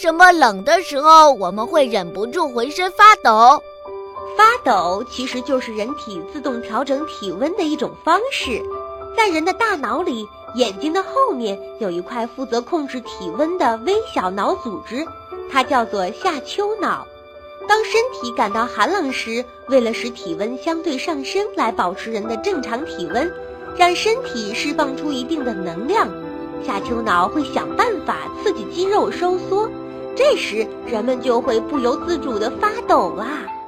什么冷的时候我们会忍不住浑身发抖？ 发抖其实就是人体自动调整体温的一种方式。在人的大脑里，眼睛的后面有一块负责控制体温的微小脑组织，它叫做下丘脑。当身体感到寒冷时，为了使体温相对上升来保持人的正常体温，让身体释放出一定的能量，下丘脑会想办法刺激肌肉收缩，这时人们就会不由自主地发抖啊。